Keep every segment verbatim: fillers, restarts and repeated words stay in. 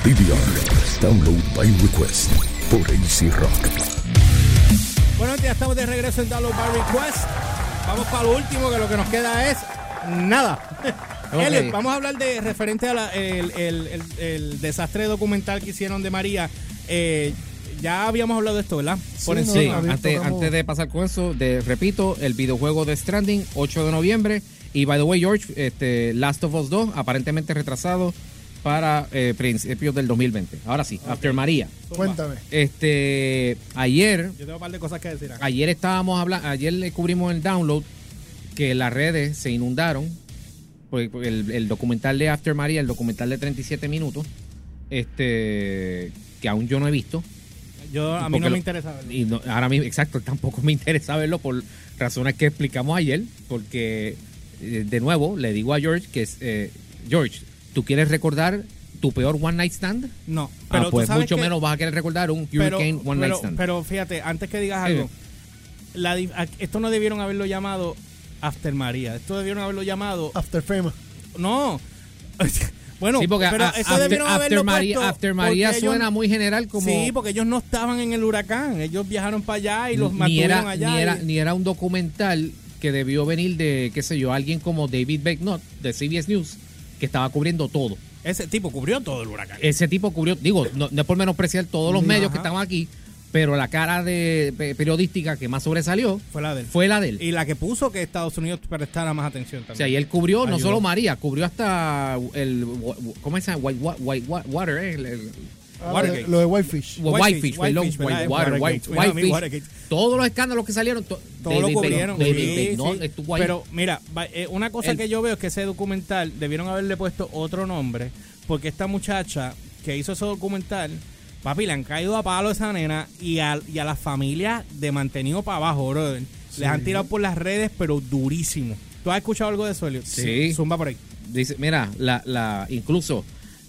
D V R, Download by Request, por A C Rock. Bueno, ya estamos de regreso en Download by Request. Vamos para lo último, que lo que nos queda es nada. Okay. Elliot, vamos a hablar de referente al el, el, el, el desastre documental que hicieron de María. Eh, ya habíamos hablado de esto, ¿verdad? Por sí, sí. Antes, antes de pasar con eso, de, repito, el videojuego de Stranding, ocho de noviembre. Y, by the way, George, este, Last of Us dos, aparentemente retrasado para eh, principios del dos mil veinte. Ahora sí, okay. After María. Cuéntame. Este, ayer... Yo tengo un par de cosas que decir acá. Ayer estábamos hablando, ayer le cubrimos el download, que las redes se inundaron. El, el documental de After María, el documental de treinta y siete minutos, este que aún yo no he visto. Yo A mí no lo, me interesa verlo. Y no, ahora mismo, exacto, tampoco me interesa verlo por razones que explicamos ayer, porque, de nuevo, le digo a George que, eh, George, ¿tú quieres recordar tu peor One Night Stand? No. Pero ah, pues tú sabes mucho que, menos vas a querer recordar un Hurricane pero, One pero, Night Stand. Pero fíjate, antes que digas algo, eh. la, esto no debieron haberlo llamado After María. Esto debieron haberlo llamado After Fame. No. Bueno, sí, porque pero a, eso after, debieron after haberlo María, puesto After María suena ellos, muy general como... Sí, porque ellos no estaban en el huracán. Ellos viajaron para allá y los ni mantuvieron era, allá. Ni, y... era, ni era un documental que debió venir de, qué sé yo, alguien como David Becknott de C B S News, que estaba cubriendo todo. Ese tipo cubrió todo el huracán. Ese tipo cubrió, digo, no, no es por menospreciar todos los Ajá. medios que estaban aquí, pero la cara de periodística que más sobresalió fue la de él. Fue la de él. Y la que puso que Estados Unidos prestara más atención también. O sea, y él cubrió Ayudó. No solo María, cubrió hasta el, ¿cómo se llama? White, white, white Water, eh? El, el, ah, Watergate. Lo de Whitefish. Whitefish, perdón. White Water, White, Whitefish. Todos los escándalos que salieron, to, todos lo cubrieron. David sí, Becknott sí. estuvo ahí. Pero mira, una cosa el, que yo veo es que ese documental debieron haberle puesto otro nombre, porque esta muchacha que hizo ese documental, papi, le han caído a palo a esa nena y a, y a la familia de mantenido para abajo, brother. Sí. Les han tirado por las redes, pero durísimo. ¿Tú has escuchado algo de eso, Elliot? Sí. Zumba por ahí. Dice, mira, la, la, incluso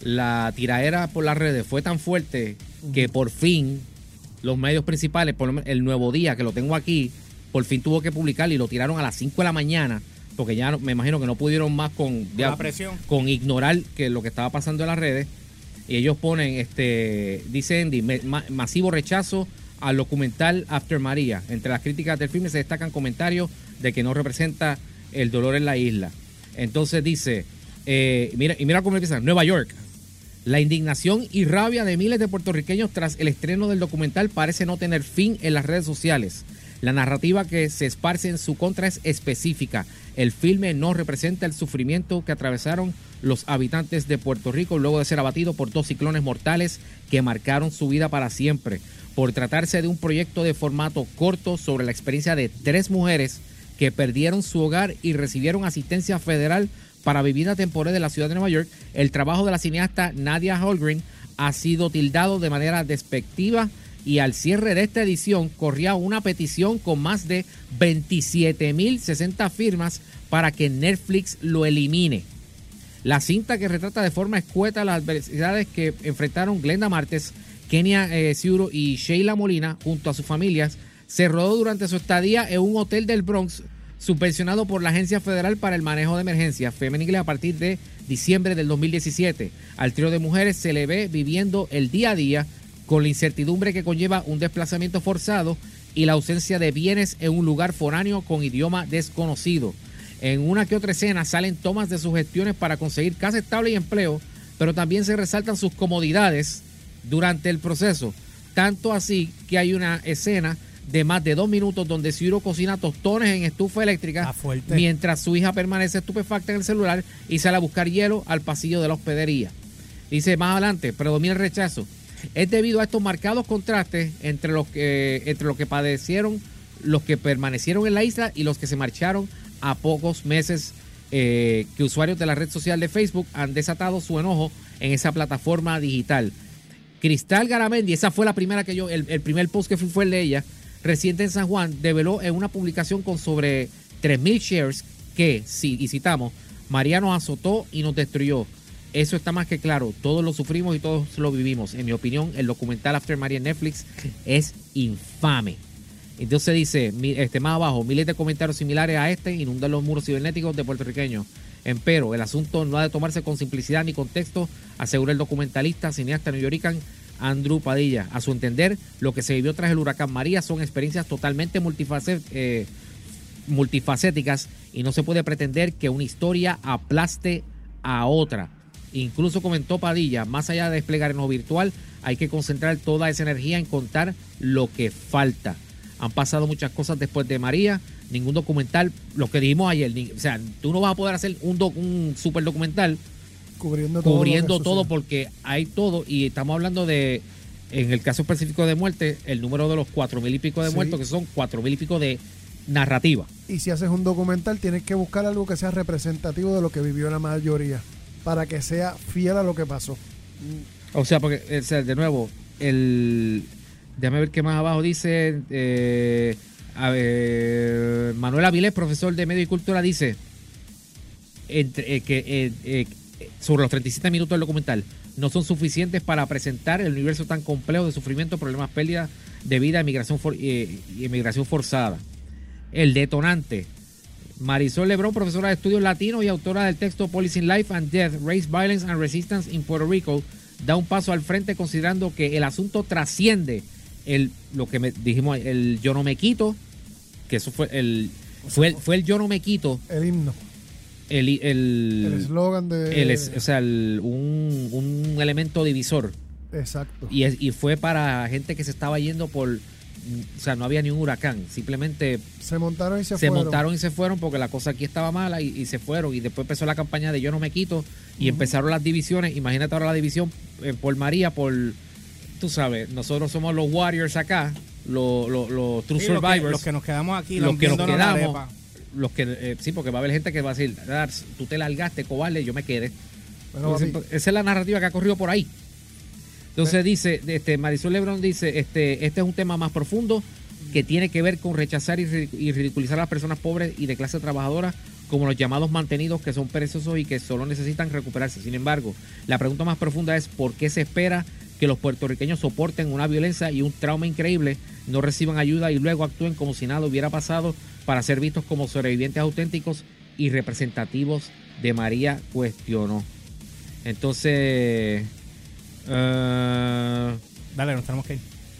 la tiraera por las redes fue tan fuerte uh-huh. que por fin los medios principales, por lo menos el Nuevo Día, que lo tengo aquí, por fin tuvo que publicar y lo tiraron a las cinco de la mañana, porque ya me imagino que no pudieron más con, ya, la presión. con ignorar que lo que estaba pasando en las redes. Y ellos ponen, este, dice Andy, ma- masivo rechazo al documental After María. Entre las críticas del filme se destacan comentarios de que no representa el dolor en la isla. Entonces dice, eh, mira, y mira cómo empieza, Nueva York. La indignación y rabia de miles de puertorriqueños tras el estreno del documental parece no tener fin en las redes sociales. La narrativa que se esparce en su contra es específica. El filme no representa el sufrimiento que atravesaron los habitantes de Puerto Rico luego de ser abatidos por dos ciclones mortales que marcaron su vida para siempre. Por tratarse de un proyecto de formato corto sobre la experiencia de tres mujeres que perdieron su hogar y recibieron asistencia federal para vivienda temporal de la ciudad de Nueva York, el trabajo de la cineasta Nadia Holgren ha sido tildado de manera despectiva. Y al cierre de esta edición corría una petición con más de veintisiete mil sesenta firmas para que Netflix lo elimine. La cinta, que retrata de forma escueta las adversidades que enfrentaron Glenda Martes, Kenia eh, Ciuro y Sheila Molina junto a sus familias, se rodó durante su estadía en un hotel del Bronx subvencionado por la Agencia Federal para el Manejo de Emergencias femeniles a partir de diciembre del dos mil diecisiete. Al trío de mujeres se le ve viviendo el día a día con la incertidumbre que conlleva un desplazamiento forzado y la ausencia de bienes en un lugar foráneo con idioma desconocido. En una que otra escena salen tomas de sus gestiones para conseguir casa estable y empleo, pero también se resaltan sus comodidades durante el proceso. Tanto así que hay una escena de más de dos minutos donde Ciuro cocina tostones en estufa eléctrica mientras su hija permanece estupefacta en el celular y sale a buscar hielo al pasillo de la hospedería. Dice más adelante, predomina el rechazo. Es debido a estos marcados contrastes entre los que entre los que padecieron los que permanecieron en la isla y los que se marcharon a pocos meses, eh, que usuarios de la red social de Facebook han desatado su enojo en esa plataforma digital. Cristal Garamendi, esa fue la primera que yo, el, el primer post que fui fue el de ella, residente en San Juan, develó en una publicación con sobre tres mil shares que, sí, y citamos, María nos azotó y nos destruyó. Eso está más que claro, todos lo sufrimos y todos lo vivimos. En mi opinión, el documental After María en Netflix es infame. Entonces dice, este más abajo, miles de comentarios similares a este inundan los muros cibernéticos de puertorriqueños. Empero, el asunto no ha de tomarse con simplicidad ni contexto, asegura el documentalista, cineasta neoyoricano Andrew Padilla. A su entender, lo que se vivió tras el huracán María son experiencias totalmente multifacet, eh, multifacéticas y no se puede pretender que una historia aplaste a otra. Incluso comentó Padilla, más allá de desplegar en lo virtual, hay que concentrar toda esa energía en contar lo que falta. Han pasado muchas cosas después de María, ningún documental, lo que dijimos ayer, ni, o sea, tú no vas a poder hacer un, doc, un super documental cubriendo todo, cubriendo todo porque hay todo, y estamos hablando de, en el caso específico de muerte, el número de los cuatro mil y pico de sí. muertos, que son cuatro mil y pico de narrativa. Y si haces un documental, tienes que buscar algo que sea representativo de lo que vivió la mayoría, para que sea fiel a lo que pasó. O sea, porque, o sea, de nuevo, el... Déjame ver qué más abajo dice. Eh, a ver, Manuel Avilés, profesor de Medio y Cultura, dice entre, eh, que eh, eh, sobre los treinta y siete minutos del documental no son suficientes para presentar el universo tan complejo de sufrimiento, problemas, pérdidas de vida, emigración for, eh, y emigración forzada. El detonante. Marisol Lebrón, profesora de estudios latinos y autora del texto Policing Life and Death, Race, Violence and Resistance in Puerto Rico, da un paso al frente considerando que el asunto trasciende el lo que me dijimos el yo no me quito, que eso fue el fue el, fue el yo no me quito, el himno, el el eslogan de el, o sea el, un, un elemento divisor, exacto, y es, y fue para gente que se estaba yendo por, o sea, no había ni un huracán, simplemente se montaron y se, se fueron. montaron y se fueron porque la cosa aquí estaba mala y, y se fueron, y después empezó la campaña de yo no me quito y uh-huh. empezaron las divisiones. Imagínate ahora la división eh, por María, por, tú sabes, nosotros somos los Warriors acá, los, los, los True sí, Survivors, los que, los que nos quedamos aquí, los que nos quedamos, los que eh, sí, porque va a haber gente que va a decir, tú te largaste, cobarde, yo me quedé. Bueno, entonces, esa es la narrativa que ha corrido por ahí. Entonces ¿Eh? dice, este Marisol Lebrón dice, este, este es un tema más profundo que tiene que ver con rechazar y, y ridiculizar a las personas pobres y de clase trabajadora como los llamados mantenidos, que son perezosos y que solo necesitan recuperarse. Sin embargo, la pregunta más profunda es ¿por qué se espera que los puertorriqueños soporten una violencia y un trauma increíble, no reciban ayuda y luego actúen como si nada hubiera pasado para ser vistos como sobrevivientes auténticos y representativos de María? Cuestionó. Entonces... Uh, Dale, nos tenemos que ir.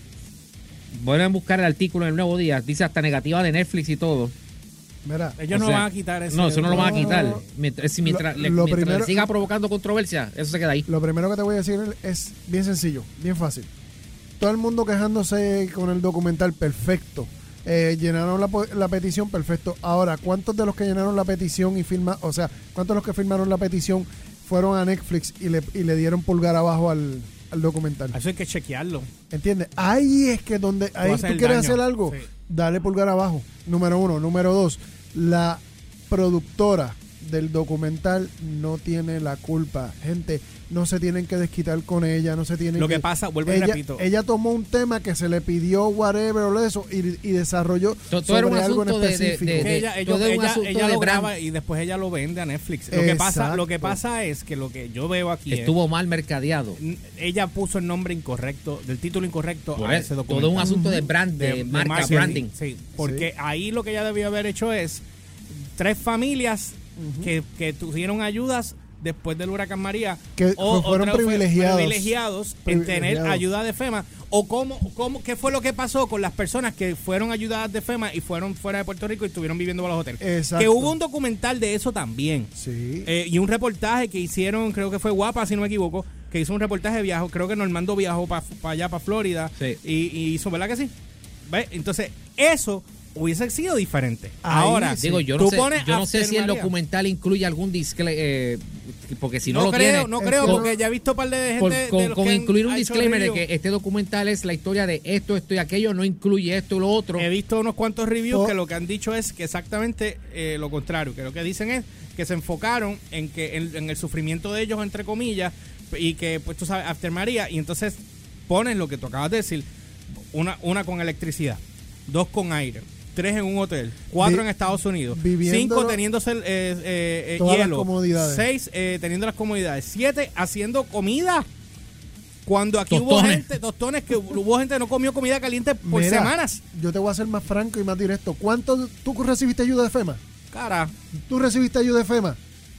Voy a buscar el artículo en el Nuevo Día. Dice hasta negativa de Netflix y todo. Mira, ellos no sea, van a quitar eso. No, eso no, no lo van a quitar. Mientras, mientras, lo, le, lo mientras primero, siga provocando controversia, eso se queda ahí. Lo primero que te voy a decir es bien sencillo, bien fácil. Todo el mundo quejándose con el documental, perfecto. Eh, llenaron la, la petición, perfecto. Ahora, ¿cuántos de los que llenaron la petición y firma, o sea, cuántos de los que firmaron la petición fueron a Netflix y le, y le dieron pulgar abajo al, al documental? Eso hay que chequearlo. ¿Entiendes? Ahí es que donde ahí tú quieres daño. hacer algo, sí. Dale pulgar abajo. Número uno. Número dos, la productora del documental no tiene la culpa. Gente, no se tienen que desquitar con ella, no se tienen Lo que... que pasa, vuelvo y ella, repito. Ella tomó un tema que se le pidió whatever o eso y, y desarrolló todo, sobre todo algo en específico. De, de, de, de, ella ellos, ella, ella lo graba y después ella lo vende a Netflix. Lo que, pasa, lo que pasa es que lo que yo veo aquí estuvo es, mal mercadeado. Ella puso el nombre incorrecto, del título incorrecto Por a es, ese documental. Todo un asunto de brand, de, de marca, marketing, branding. Sí, porque sí. ahí lo que ella debió haber hecho es tres familias uh-huh. que, que tuvieron ayudas después del huracán María, que o fueron privilegiados, privilegiados en tener ayuda de FEMA, o cómo, cómo, qué fue lo que pasó con las personas que fueron ayudadas de FEMA y fueron fuera de Puerto Rico y estuvieron viviendo bajo los hoteles. Exacto. Que hubo un documental de eso también. Sí. Eh, y un reportaje que hicieron, creo que fue Guapa, si no me equivoco, que hizo un reportaje de viaje, creo que Normando viajó para pa allá, para Florida, sí. y, y hizo, ¿verdad que sí? ¿Ves? Entonces, eso hubiese sido diferente. Ahí, Ahora, digo, yo no sé, yo no sé si el documental incluye algún disclaimer, eh, porque si no, no lo creo, tiene... No creo, con, porque ya he visto un par de gente... Por, de con los con que incluir un disclaimer de review. que este documental es la historia de esto, esto y aquello, no incluye esto y lo otro. He visto unos cuantos reviews oh. que lo que han dicho es que exactamente eh, lo contrario, que lo que dicen es que se enfocaron en que en, en el sufrimiento de ellos, entre comillas, y que, pues tú sabes, After María, y entonces ponen lo que tú acabas de decir, una, una con electricidad, dos con aire, tres en un hotel, cuatro Vi, en Estados Unidos, cinco teniéndose eh, eh, eh, hielo, seis eh, teniendo las comodidades, siete haciendo comida. Cuando aquí tostones. hubo gente, tostones, que hubo gente que no comió comida caliente por Mira, semanas. Yo te voy a ser más franco y más directo. ¿Cuánto tú recibiste ayuda de FEMA? Cara. ¿Tú recibiste ayuda de FEMA?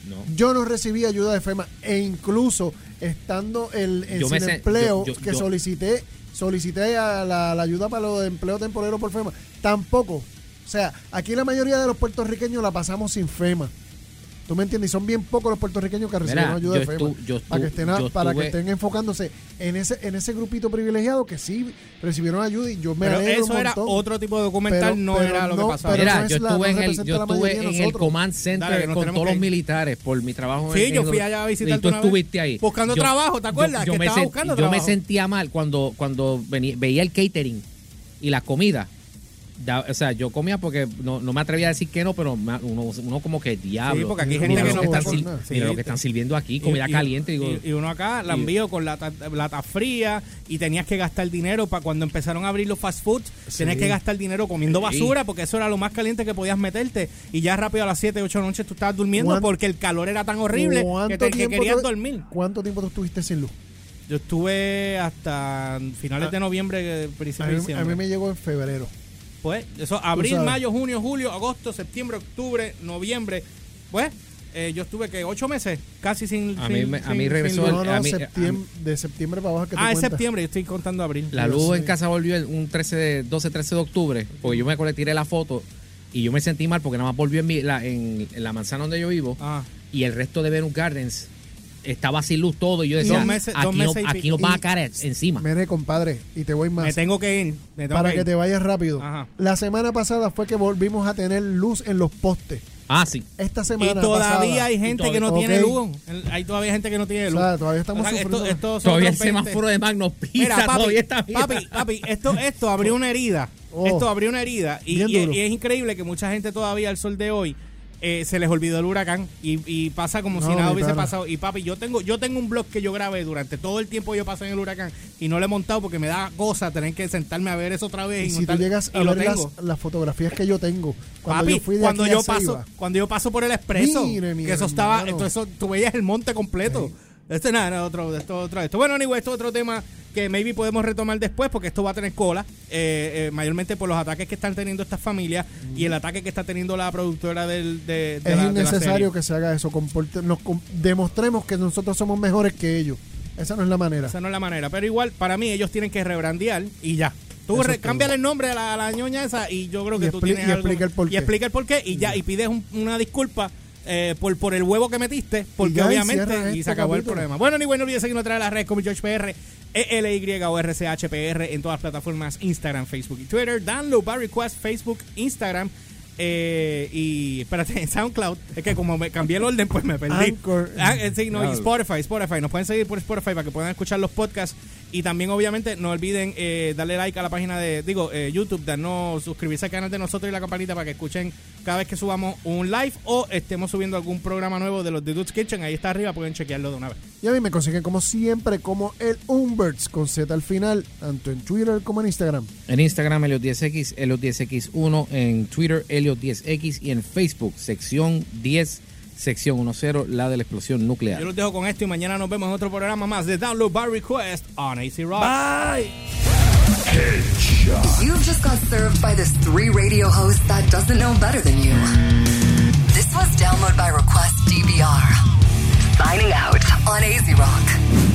No. Yo no recibí ayuda de FEMA e incluso estando el, en Yo me sin sé- empleo yo- yo- que yo- solicité solicité a la, la ayuda para los de empleo temporero por FEMA, tampoco. O sea, aquí la mayoría de los puertorriqueños la pasamos sin FEMA. ¿Tú me entiendes? Y son bien pocos los puertorriqueños que recibieron Mira, ayuda yo de FEMA. estu- yo para, que estu- estén a- yo para que estuve- estén enfocándose en ese en ese grupito privilegiado que sí recibieron ayuda y yo me Pero alegro eso un era montón. otro tipo de documental, Pero- no pero era lo no, que pasaba. pero Mira, no es yo la- estuve no en el, representa yo la estuve mayoría de en el nosotros. Command Center Dale, que nos con tenemos todos que los ir. militares por mi trabajo. Sí, en- yo en- fui allá a visitarte Y tú una vez. estuviste ahí. Buscando trabajo, ¿te acuerdas? Yo, Que me, estaba sen- buscando yo me trabajo. sentía mal cuando, cuando venía- veía el catering y la comida. Da- o sea, yo comía porque no, no me atrevía a decir que no, pero me- uno, uno como que diablo. Sí, porque aquí hay Mira gente Mira que lo no que está están con sil- nada. mira Sí. lo que están sirviendo aquí, comida Y- y- caliente. Digo, y, y uno acá la y- envío con lata, lata fría y tenías que gastar dinero para cuando empezaron a abrir los fast foods. Tenías que gastar dinero comiendo Sí. basura porque eso era lo más caliente que podías meterte. Y ya rápido a las siete, ocho de la noche tú estabas durmiendo ¿Cuán- porque el calor era tan horrible que, ¿Cuánto te, que tiempo querías tú- dormir. ¿Cuánto tiempo tú estuviste sin luz? Yo estuve hasta finales de noviembre, A principios de mí, a diciembre. mí me llegó en febrero. Pues, eso, abril, sabes. mayo, junio, julio, agosto, septiembre, octubre, noviembre. Pues, eh, yo estuve que ocho meses casi sin. A sin- mí me- a sin- mí sin regresó luz. el- No, no, a mí- septiembre, de septiembre para abajo es que tú Ah, es cuentas. septiembre, yo estoy contando abril. La Dios luz en mío. casa volvió el- un trece de, doce, trece de octubre, porque yo me acuerdo, tiré la foto y yo me sentí mal porque nada más volvió en, mi- la, en, en la manzana donde yo vivo Ah. y el resto de Venus Gardens estaba sin luz todo y yo decía, Dos meses- aquí, dos no- meses y aquí pico. nos van a Y- caer encima. Mire, compadre, y te voy más. Me tengo que ir. Me tengo para que que ir. te vayas rápido. Ajá. La semana pasada fue que volvimos a tener luz en los postes. Ah, sí. Esta Y semana todavía pasada, hay gente Y que no todavía- tiene ok. luz. El- Hay todavía gente que no tiene O luz. sea, todavía estamos O sea, que sufriendo. esto, esto son Todavía el otros veinte. semáforo de Magnos Pizza Mira, papi, todavía está bien. papi, papi, esto, esto abrió una herida. Oh. Esto abrió una herida. Y, Bien y- duro. y es increíble que mucha gente todavía al sol de hoy eh, se les olvidó el huracán y, y pasa como No, si nada mi hubiese pana. pasado. Y papi, yo tengo yo tengo un blog que yo grabé durante todo el tiempo que yo pasé en el huracán y no lo he montado porque me da cosa tener que sentarme a ver eso otra vez. Y si tú montar- llegas y a lo ver tengo. las, las fotografías que yo tengo, cuando Papi, yo fui de cuando aquí yo a paso, Ceiba, cuando yo paso por el expreso, Mire, mi que eso estaba, hermano. esto, eso, tú veías el monte completo. Esto nada, nada, otro, esto, otro, esto. Bueno, anyway, esto es otro tema que maybe podemos retomar después porque esto va a tener cola, eh, eh, mayormente por los ataques que están teniendo estas familias y el ataque que está teniendo la productora del, de, de es la, de la innecesario serie. que se haga eso. Comporte- nos com- demostremos que nosotros somos mejores que ellos. Esa no es la manera. Esa no es la manera, pero igual, para mí, ellos tienen que rebrandear y ya. Tú Eso re- es todo. cámbiale el nombre a la, a la ñoña esa y yo creo que Y tú expli- tienes y algo- explica el porqué. Y explica el porqué y ya, y pides un- una disculpa eh, por, por el huevo que metiste, porque Y ya, y obviamente, cierra y, este se acabó el capítulo. problema. Bueno, ni bueno, no olvides seguirnos a través de las redes como George P R, E L Y o R C H P R en todas las plataformas, Instagram, Facebook y Twitter. Download by request, Facebook, Instagram. Eh, y espérate, en SoundCloud, es que como me cambié el orden, pues me perdí. Anchor. Ah, eh, sí, no, y Claro. Spotify, Spotify. Nos pueden seguir por Spotify para que puedan escuchar los podcasts. Y también, obviamente, no olviden eh, darle like a la página de, digo, eh, YouTube, darnos, suscribirse al canal de nosotros y la campanita para que escuchen cada vez que subamos un live o estemos subiendo algún programa nuevo de los The Dudes Kitchen. Ahí está arriba, pueden chequearlo de una vez. Y a mí me consiguen como siempre como el Umberts con Z al final, tanto en Twitter como en Instagram. En Instagram, Elliot diez X, Elliot diez X uno. En Twitter, Elliot diez X. Y en Facebook, sección diez, sección diez, la de la explosión Yo nuclear. los dejo con esto y mañana nos vemos en otro programa más de Download by Request on A C Rock. Bye. You've just got served by this three radio host that doesn't know better than you. This was Download by Request D B R. Signing out on A Z Rock.